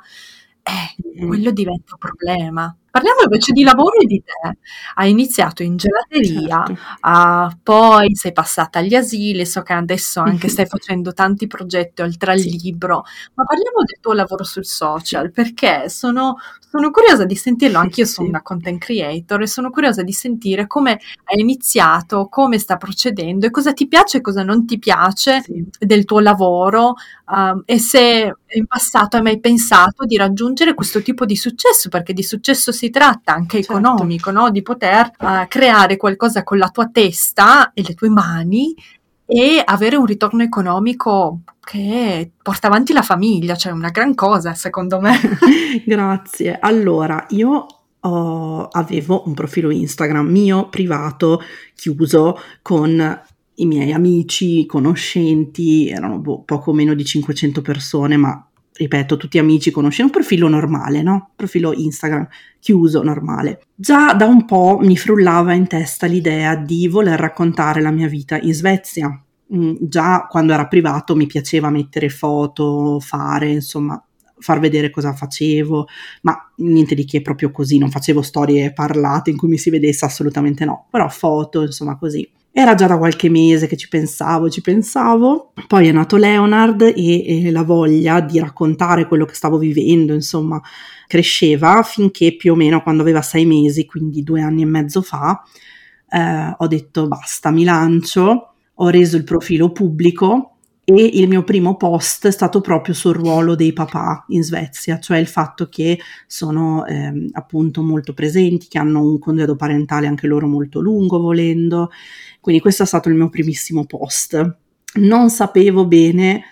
Eh, quello diventa un problema. Parliamo invece di lavoro e di te. Hai iniziato in gelateria, certo. uh, poi sei passata agli asili, so che adesso anche stai facendo tanti progetti oltre al sì. libro, ma parliamo del tuo lavoro sul social, sì. perché sono, sono curiosa di sentirlo, anch'io sono sì. una content creator e sono curiosa di sentire come hai iniziato, come sta procedendo e cosa ti piace e cosa non ti piace sì. del tuo lavoro, um, e se in passato hai mai pensato di raggiungere questo tipo di successo, perché di successo si tratta anche certo. economico, no? Di poter uh, creare qualcosa con la tua testa e le tue mani e avere un ritorno economico che porta avanti la famiglia, cioè una gran cosa secondo me. Grazie. Allora, io ho, avevo un profilo Instagram mio privato, chiuso, con i miei amici, conoscenti, erano bo- poco meno di cinquecento persone, ma ripeto, tutti amici, conoscenti, un profilo normale, no? Profilo Instagram chiuso, normale. Già da un po' mi frullava in testa l'idea di voler raccontare la mia vita in Svezia. Mm, già quando era privato mi piaceva mettere foto, fare, insomma, far vedere cosa facevo, ma niente di che, proprio così, non facevo storie parlate in cui mi si vedesse, assolutamente no, però foto, insomma, così. Era già da qualche mese che ci pensavo, ci pensavo, poi è nato Leonard e, e la voglia di raccontare quello che stavo vivendo, insomma, cresceva finché più o meno quando aveva sei mesi, quindi due anni e mezzo fa, eh, ho detto basta, mi lancio, ho reso il profilo pubblico e il mio primo post è stato proprio sul ruolo dei papà in Svezia, cioè il fatto che sono eh, appunto molto presenti, che hanno un congedo parentale anche loro molto lungo volendo. Quindi questo è stato il mio primissimo post. Non sapevo bene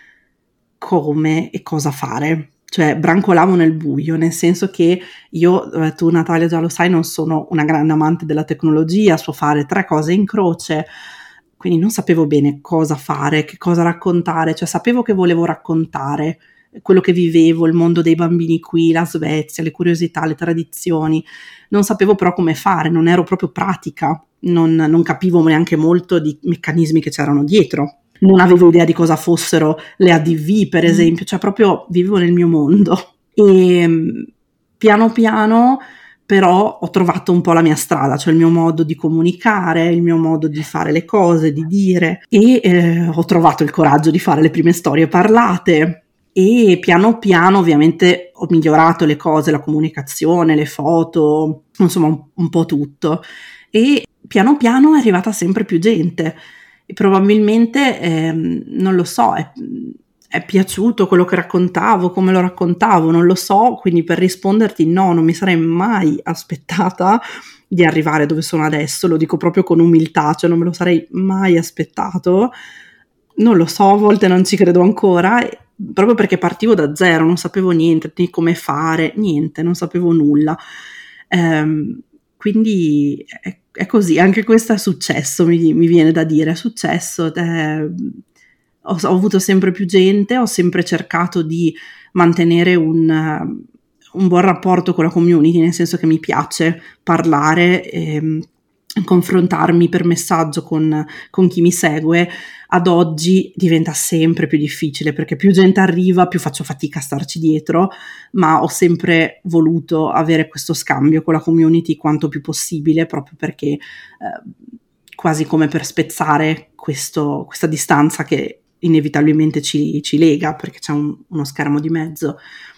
come e cosa fare, cioè brancolavo nel buio, nel senso che io, eh, tu Natalia già lo sai, non sono una grande amante della tecnologia, so fare tre cose in croce, quindi non sapevo bene cosa fare, che cosa raccontare, cioè sapevo che volevo raccontare quello che vivevo, il mondo dei bambini qui, la Svezia, le curiosità, le tradizioni, non sapevo però come fare, non ero proprio pratica, non, non capivo neanche molto di meccanismi che c'erano dietro, non avevo idea di cosa fossero le A D V per esempio, cioè proprio vivevo nel mio mondo e piano piano però ho trovato un po' la mia strada, cioè il mio modo di comunicare, il mio modo di fare le cose, di dire e eh, ho trovato il coraggio di fare le prime storie parlate e piano piano ovviamente ho migliorato le cose, la comunicazione, le foto, insomma un, un po' tutto e piano piano è arrivata sempre più gente e probabilmente ehm, non lo so, è, è piaciuto quello che raccontavo, come lo raccontavo, non lo so, quindi per risponderti no, non mi sarei mai aspettata di arrivare dove sono adesso, lo dico proprio con umiltà, cioè non me lo sarei mai aspettato, non lo so, a volte non ci credo ancora, proprio perché partivo da zero, non sapevo niente di come fare, niente, non sapevo nulla. Ehm, quindi è, è così, anche questo è successo, mi, mi viene da dire, è successo. Eh, ho, ho avuto sempre più gente, ho sempre cercato di mantenere un, un buon rapporto con la community, nel senso che mi piace parlare e confrontarmi per messaggio con, con chi mi segue. Ad oggi diventa sempre più difficile perché più gente arriva, più faccio fatica a starci dietro, ma ho sempre voluto avere questo scambio con la community quanto più possibile, proprio perché eh, quasi come per spezzare questo, questa distanza che inevitabilmente ci, ci lega, perché c'è un, uno schermo di mezzo.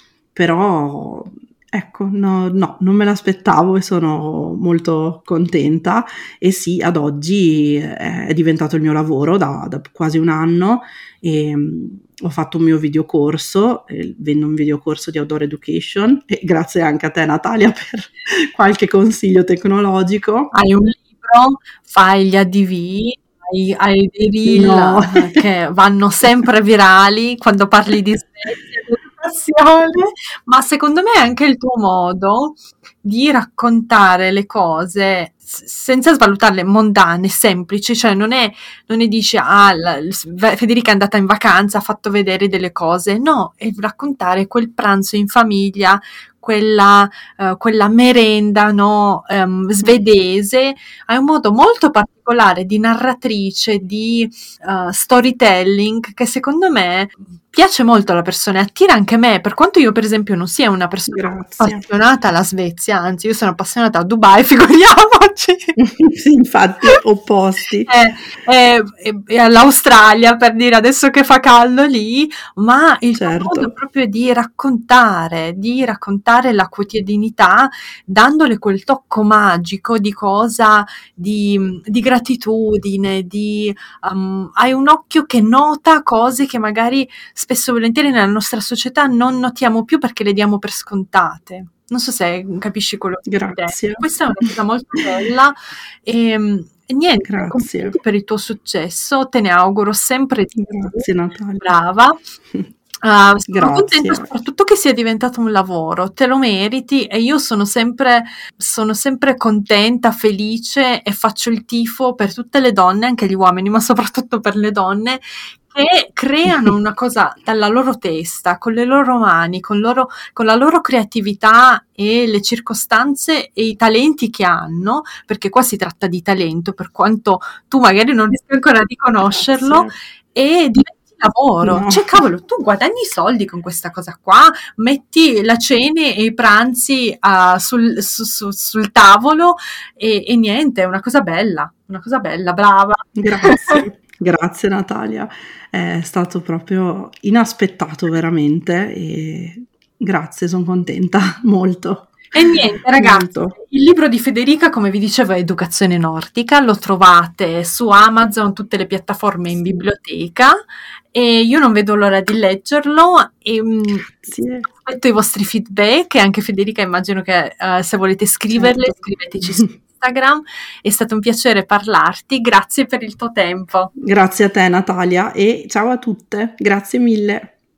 Però ecco, no, no, non me l'aspettavo e sono molto contenta, e sì, ad oggi è, è diventato il mio lavoro da, da quasi un anno, e um, ho fatto un mio videocorso, eh, vendo un videocorso di outdoor education, e grazie anche a te Natalia per qualche consiglio tecnologico. Hai un libro, fai gli A D V, hai, hai dei reel No. che vanno sempre virali quando parli di Svezia, di educazione, ma secondo me è anche il tuo modo di raccontare le cose s- senza svalutarle, mondane, semplici, cioè non è, non è dici, ah, la- l- Federica è andata in vacanza, ha fatto vedere delle cose, no, è raccontare quel pranzo in famiglia, quella, eh, quella merenda, no, ehm, svedese. Hai un modo molto particolare di narratrice, di uh, storytelling, che secondo me piace molto alla persona e attira anche me, per quanto io per esempio non sia una persona Grazie. appassionata alla Svezia, anzi io sono appassionata a Dubai, figuriamoci. Sì, infatti, opposti. E, e, e all'Australia, per dire, adesso che fa caldo lì, ma il tuo Certo. modo proprio di raccontare, di raccontare la quotidianità, dandole quel tocco magico di cosa, di, di gratitudine, di um, hai un occhio che nota cose che magari spesso e volentieri nella nostra società non notiamo più perché le diamo per scontate. Non so se capisci quello che Grazie. intendo. Questa è una cosa molto bella e, e niente, Grazie. complimenti per il tuo successo, te ne auguro sempre di più. Grazie Natalia. Brava. Uh, sono Grazie. contenta soprattutto che sia diventato un lavoro, te lo meriti e io sono sempre, sono sempre contenta, felice e faccio il tifo per tutte le donne, anche gli uomini, ma soprattutto per le donne che creano una cosa dalla loro testa, con le loro mani, con, loro, con la loro creatività e le circostanze e i talenti che hanno, perché qua si tratta di talento, per quanto tu magari non riesci ancora di conoscerlo, Grazie. e diventi lavoro. No. Cioè, cavolo, tu guadagni soldi con questa cosa qua, metti la cene e i pranzi uh, sul, su, su, sul tavolo e, e niente, è una cosa bella, una cosa bella, brava. Grazie. Grazie Natalia, è stato proprio inaspettato veramente e grazie, sono contenta molto. E niente ragazzi, molto. Il libro di Federica, come vi dicevo, è Educazione Nordica, lo trovate su Amazon, tutte le piattaforme in biblioteca e io non vedo l'ora di leggerlo e sì. aspetto i vostri feedback e anche Federica immagino che uh, se volete scriverle certo. Scriveteci su Instagram, è stato un piacere parlarti, grazie per il tuo tempo. Grazie a te Natalia e ciao a tutte, grazie mille.